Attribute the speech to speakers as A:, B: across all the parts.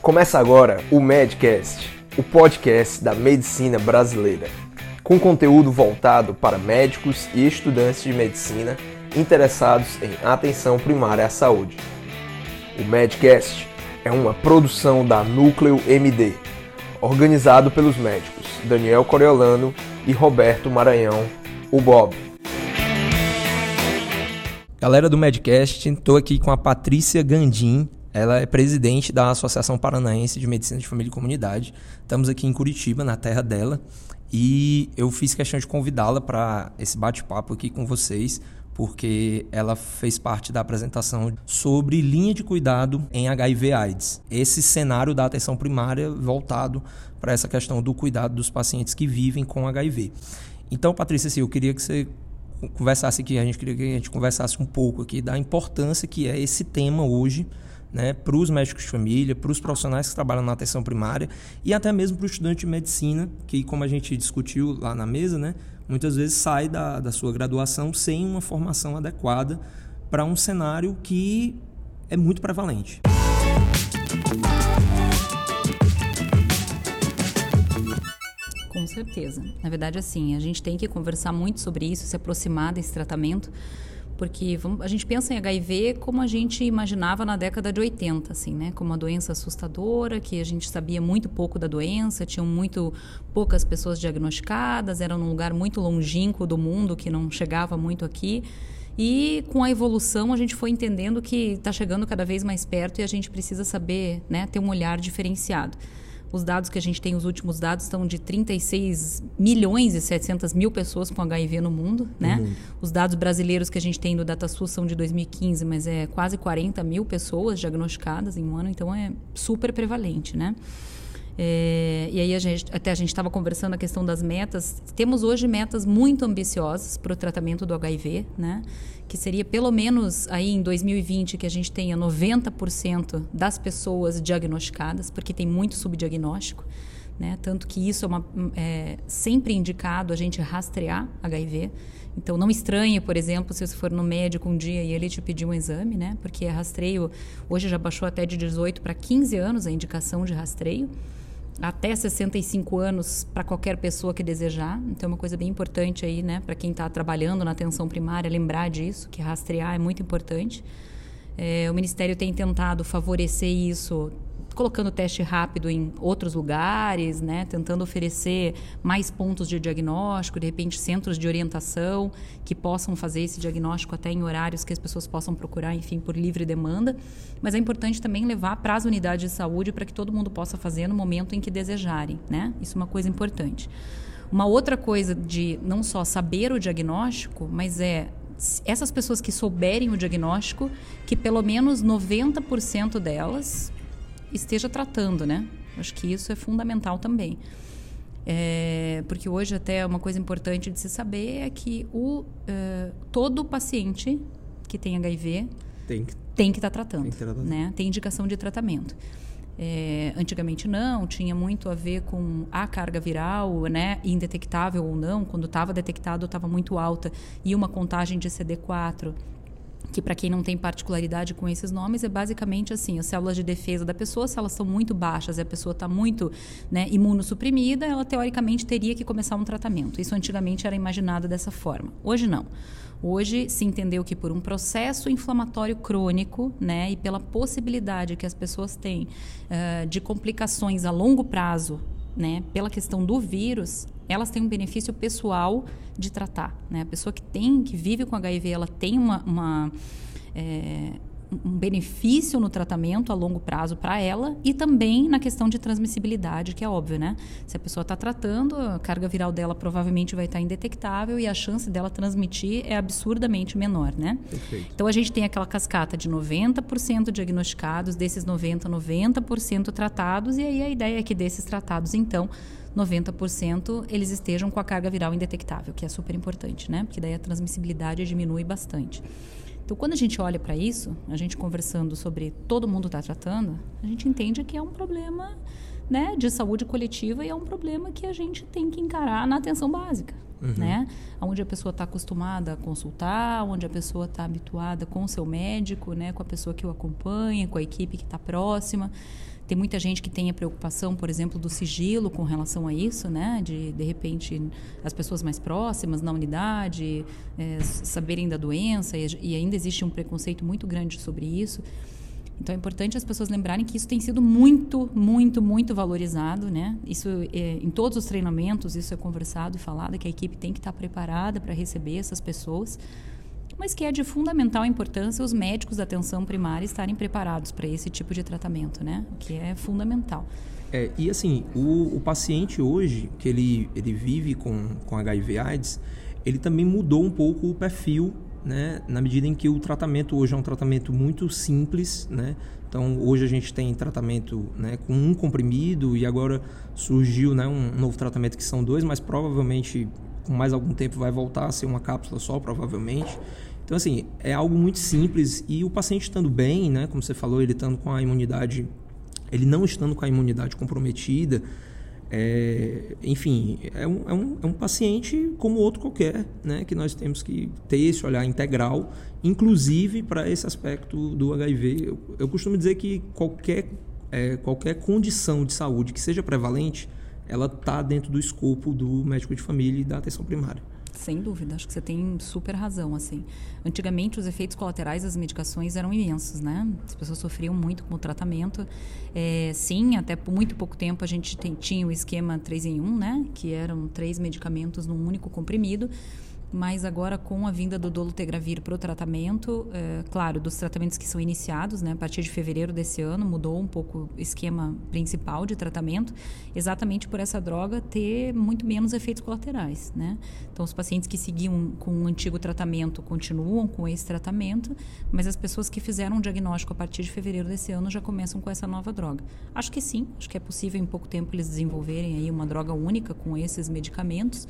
A: Começa agora o Medcast, o podcast da medicina brasileira, com conteúdo voltado para médicos e estudantes de medicina interessados em atenção primária à saúde. O Medcast é uma produção da Núcleo MD, organizado pelos médicos Daniel Coriolano e Roberto Maranhão, o Bob.
B: Galera do Medcast, estou aqui com a Patrícia Gandim. Ela é presidente da Associação Paranaense de Medicina de Família e Comunidade. Estamos aqui em Curitiba, na terra dela, e eu fiz questão de convidá-la para esse bate-papo aqui com vocês, porque ela fez parte da apresentação sobre linha de cuidado em HIV/AIDS. Esse cenário da atenção primária voltado para essa questão do cuidado dos pacientes que vivem com HIV. Então, Patrícia, eu queria que você conversasse aqui, queria que a gente conversasse um pouco aqui da importância que é esse tema hoje, né, para os médicos de família, para os profissionais que trabalham na atenção primária e até mesmo para o estudante de medicina, que, como a gente discutiu lá na mesa, né, muitas vezes sai da sua graduação sem uma formação adequada para um cenário que é muito prevalente.
C: Com certeza. Na verdade, assim, a gente tem que conversar muito sobre isso, se aproximar desse tratamento, porque a gente pensa em HIV como a gente imaginava na década de 80, assim, né? Como uma doença assustadora, que a gente sabia muito pouco da doença, tinham muito poucas pessoas diagnosticadas, era num lugar muito longínquo do mundo, que não chegava muito aqui. E com a evolução a gente foi entendendo que está chegando cada vez mais perto e a gente precisa saber, né, ter um olhar diferenciado. Os dados que a gente tem, os últimos dados, estão de 36 milhões e 700 mil pessoas com HIV no mundo, né? Os dados brasileiros que a gente tem do DataSUS são de 2015, mas é quase 40 mil pessoas diagnosticadas em um ano, então é super prevalente, né? E aí a gente estava conversando a questão das metas. Temos hoje metas muito ambiciosas para o tratamento do HIV, né? Que seria pelo menos aí em 2020 que a gente tenha 90% das pessoas diagnosticadas, porque tem muito subdiagnóstico, né? Tanto que isso é sempre indicado a gente rastrear HIV. Então não estranhe, por exemplo, se você for no médico um dia e ele te pedir um exame, né? Porque rastreio hoje já baixou até de 18 para 15 anos a indicação de rastreio. Até 65 anos para qualquer pessoa que desejar. Então é uma coisa bem importante aí, né, para quem está trabalhando na atenção primária, lembrar disso, que rastrear é muito importante. O Ministério tem tentado favorecer isso, colocando teste rápido em outros lugares, né, tentando oferecer mais pontos de diagnóstico, de repente centros de orientação que possam fazer esse diagnóstico até em horários que as pessoas possam procurar, enfim, por livre demanda. Mas é importante também levar para as unidades de saúde para que todo mundo possa fazer no momento em que desejarem, né? Isso é uma coisa importante. Uma outra coisa de não só saber o diagnóstico, mas essas pessoas que souberem o diagnóstico, que pelo menos 90% delas esteja tratando, né? Acho que isso é fundamental também. Porque hoje até uma coisa importante de se saber é que todo paciente que tem HIV tem que estar tratando, né? Tem indicação de tratamento. Antigamente não, tinha muito a ver com a carga viral, né? Indetectável ou não, quando estava detectado estava muito alta, e uma contagem de CD4, que para quem não tem particularidade com esses nomes, é basicamente assim, as células de defesa da pessoa, se elas estão muito baixas e a pessoa está muito, né, imunossuprimida, ela teoricamente teria que começar um tratamento. Isso antigamente era imaginado dessa forma. Hoje não. Hoje se entendeu que por um processo inflamatório crônico, né, e pela possibilidade que as pessoas têm de complicações a longo prazo, né, pela questão do vírus, elas têm um benefício pessoal de tratar, né? A pessoa que vive com HIV, ela tem um benefício no tratamento a longo prazo para ela e também na questão de transmissibilidade, que é óbvio, né? Se a pessoa está tratando, a carga viral dela provavelmente vai estar indetectável e a chance dela transmitir é absurdamente menor, né?
B: Perfeito.
C: Então a gente tem aquela cascata de 90% diagnosticados, desses 90% tratados, e aí a ideia é que desses tratados, então, 90% eles estejam com a carga viral indetectável, que é super importante, né? Porque daí a transmissibilidade diminui bastante. Então, quando a gente olha para isso, a gente conversando sobre todo mundo está tratando, a gente entende que é um problema, né, de saúde coletiva e é um problema que a gente tem que encarar na atenção básica, né? Onde a pessoa está acostumada a consultar, onde a pessoa está habituada com o seu médico, né? Com a pessoa que o acompanha, com a equipe que está próxima. Tem muita gente que tem a preocupação, por exemplo, do sigilo com relação a isso, né? De repente, as pessoas mais próximas na unidade saberem da doença, e ainda existe um preconceito muito grande sobre isso. Então, é importante as pessoas lembrarem que isso tem sido muito, muito, muito valorizado, né? Isso, em todos os treinamentos, isso é conversado e falado, que a equipe tem que estar preparada para receber essas pessoas, mas que é de fundamental importância os médicos da atenção primária estarem preparados para esse tipo de tratamento, né? Que é fundamental.
B: E assim, o paciente hoje, que ele vive com HIV/AIDS, ele também mudou um pouco o perfil, né? Na medida em que o tratamento hoje é um tratamento muito simples, né? Então, hoje a gente tem tratamento, né, com um comprimido, e agora surgiu, né, um novo tratamento que são 2, mas provavelmente com mais algum tempo vai voltar a ser uma cápsula só, provavelmente. Então, assim, é algo muito simples, e o paciente estando bem, né, como você falou, ele estando com a imunidade, ele não estando com a imunidade comprometida, enfim, é um paciente como outro qualquer, né, que nós temos que ter esse olhar integral, inclusive para esse aspecto do HIV. Eu costumo dizer que qualquer condição de saúde que seja prevalente, ela está dentro do escopo do médico de família e da atenção primária.
C: Sem dúvida, acho que você tem super razão, assim. Antigamente, os efeitos colaterais das medicações eram imensos, né? As pessoas sofriam muito com o tratamento. Sim, até por muito pouco tempo a gente tinha o esquema 3 em 1, né? Que eram 3 medicamentos num único comprimido. Mas agora, com a vinda do dolutegravir para o tratamento, claro, dos tratamentos que são iniciados, né, a partir de fevereiro desse ano, mudou um pouco o esquema principal de tratamento, exatamente por essa droga ter muito menos efeitos colaterais, né? Então, os pacientes que seguiam com o antigo tratamento continuam com esse tratamento, mas as pessoas que fizeram um diagnóstico a partir de fevereiro desse ano já começam com essa nova droga. Acho que sim, acho que é possível em pouco tempo eles desenvolverem aí uma droga única com esses medicamentos,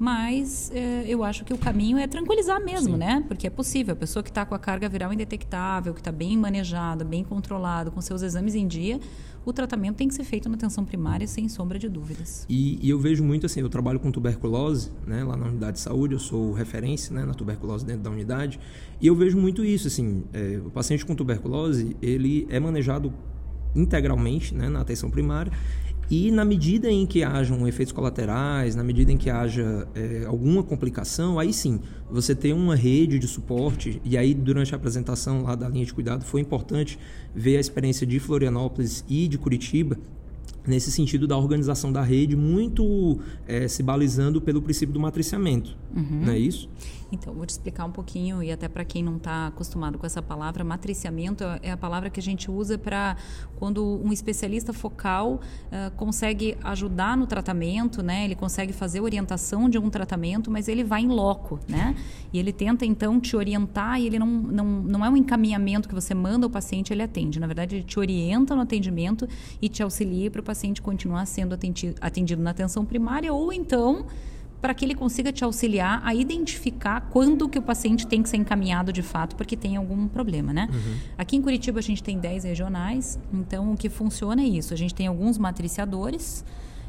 C: mas eu acho que o caminho é tranquilizar mesmo, sim, né? Porque é possível. A pessoa que está com a carga viral indetectável, que está bem manejada, bem controlada, com seus exames em dia, o tratamento tem que ser feito na atenção primária, sem sombra de dúvidas.
B: E eu vejo muito assim, eu trabalho com tuberculose, né, lá na unidade de saúde, eu sou referência, né, na tuberculose dentro da unidade, e eu vejo muito isso, assim, o paciente com tuberculose, ele é manejado integralmente, né, na atenção primária. E na medida em que hajam efeitos colaterais, na medida em que haja alguma complicação, aí sim, você tem uma rede de suporte. E aí, durante a apresentação lá da linha de cuidado, foi importante ver a experiência de Florianópolis e de Curitiba, nesse sentido da organização da rede, muito se balizando pelo princípio do matriciamento, não é isso?
C: Então, vou te explicar um pouquinho, e até para quem não está acostumado com essa palavra, matriciamento é a palavra que a gente usa para quando um especialista focal consegue ajudar no tratamento, né? Ele consegue fazer orientação de um tratamento, mas ele vai em loco, né? E ele tenta, então, te orientar, e ele não é um encaminhamento que você manda o paciente, ele atende. Na verdade, ele te orienta no atendimento e te auxilia para o paciente continuar sendo atendido na atenção primária, ou então para que ele consiga te auxiliar a identificar quando que o paciente tem que ser encaminhado de fato, porque tem algum problema, né? Aqui em Curitiba a gente tem 10 regionais, então o que funciona é isso. A gente tem alguns matriciadores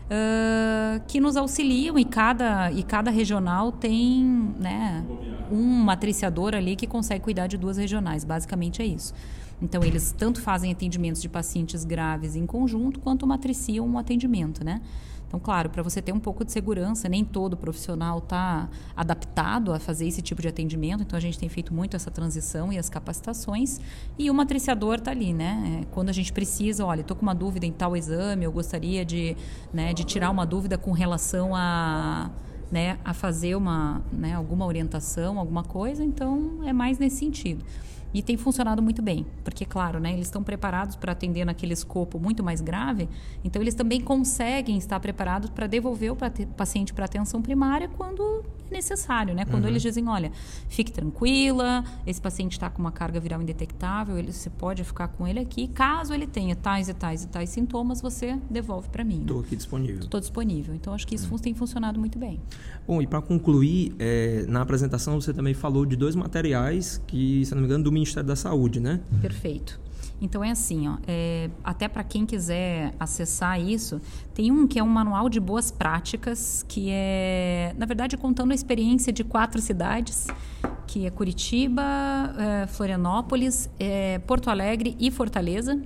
C: que nos auxiliam, e cada regional tem, né, um matriciador ali que consegue cuidar de 2 regionais, basicamente é isso. Então, eles tanto fazem atendimentos de pacientes graves em conjunto, quanto matriciam um atendimento, né? Então, claro, para você ter um pouco de segurança, nem todo profissional está adaptado a fazer esse tipo de atendimento, então a gente tem feito muito essa transição e as capacitações, e o matriciador está ali, né? Quando a gente precisa, olha, estou com uma dúvida em tal exame, eu gostaria de tirar uma dúvida com relação a fazer alguma orientação, alguma coisa, então é mais nesse sentido. E tem funcionado muito bem, porque, claro, né, eles estão preparados para atender naquele escopo muito mais grave, então eles também conseguem estar preparados para devolver o paciente para a atenção primária quando é necessário, né? Quando eles dizem, olha, fique tranquila, esse paciente está com uma carga viral indetectável, você pode ficar com ele aqui, caso ele tenha tais e tais e tais sintomas, você devolve para mim.
B: Estou aqui disponível.
C: Estou disponível, então acho que isso tem funcionado muito bem.
B: Bom, e para concluir, na apresentação você também falou de 2 materiais que, se não me engano, do Ministério da Saúde, né?
C: Perfeito. Então é assim, ó, até para quem quiser acessar isso, tem um que é um manual de boas práticas, que é, na verdade, contando a experiência de 4 cidades, que é Curitiba, Florianópolis, Porto Alegre e Fortaleza,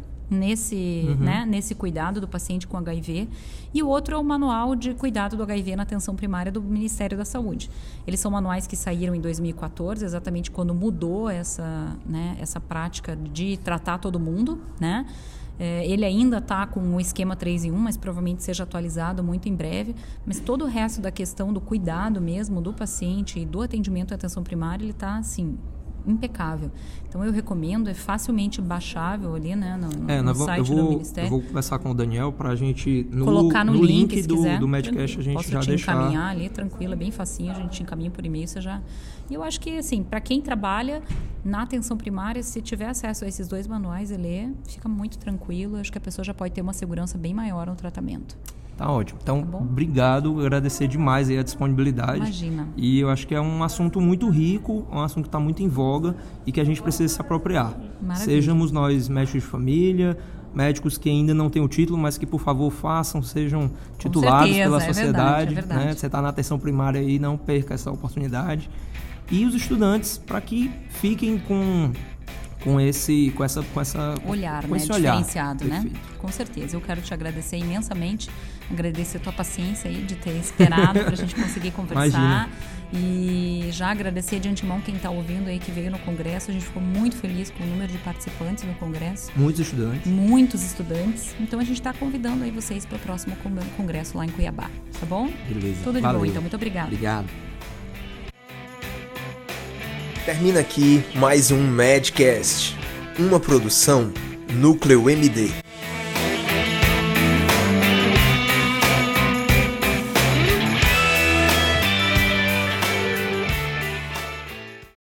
C: nesse cuidado do paciente com HIV. E o outro é o manual de cuidado do HIV na atenção primária do Ministério da Saúde. Eles são manuais que saíram em 2014, exatamente quando mudou essa prática de tratar todo mundo, né? Ele ainda está com o esquema 3 em 1, mas provavelmente seja atualizado muito em breve. Mas todo o resto da questão do cuidado mesmo do paciente e do atendimento à atenção primária, ele está, assim, impecável. Então eu recomendo, é facilmente baixável ali, né, no site do Ministério. Eu
B: vou conversar com o Daniel para a gente
C: colocar no link
B: do Medcast, a gente já deixar.
C: Posso te encaminhar ali, tranquilo, é bem facinho, a gente te encaminha por e-mail, você já... E eu acho que, assim, para quem trabalha na atenção primária, se tiver acesso a esses 2 manuais e ler, fica muito tranquilo, acho que a pessoa já pode ter uma segurança bem maior no tratamento.
B: Tá ótimo. Então, obrigado, agradecer demais aí a disponibilidade.
C: Imagina.
B: E eu acho que é um assunto muito rico, um assunto que está muito em voga e que a gente precisa se apropriar.
C: Maravilha.
B: Sejamos nós médicos de família, médicos que ainda não têm o título, mas que, por favor, sejam titulados pela sociedade.
C: Verdade.
B: Né? Você está na atenção primária aí, não perca essa oportunidade. E os estudantes, para que fiquem com esse
C: olhar,
B: com
C: né?
B: esse olhar
C: Diferenciado, né? Com certeza. Eu quero te agradecer imensamente, agradecer a tua paciência aí de ter esperado para a gente conseguir conversar.
B: Imagina.
C: E já agradecer de antemão quem está ouvindo aí que veio no congresso. A gente ficou muito feliz com o número de participantes no congresso.
B: Muitos
C: estudantes. Então a gente está convidando aí vocês para o próximo congresso lá em Cuiabá, tá bom?
B: Beleza.
C: Tudo de bom, então. Muito obrigada.
B: Obrigado.
A: Termina aqui mais um Medcast, uma produção Núcleo MD.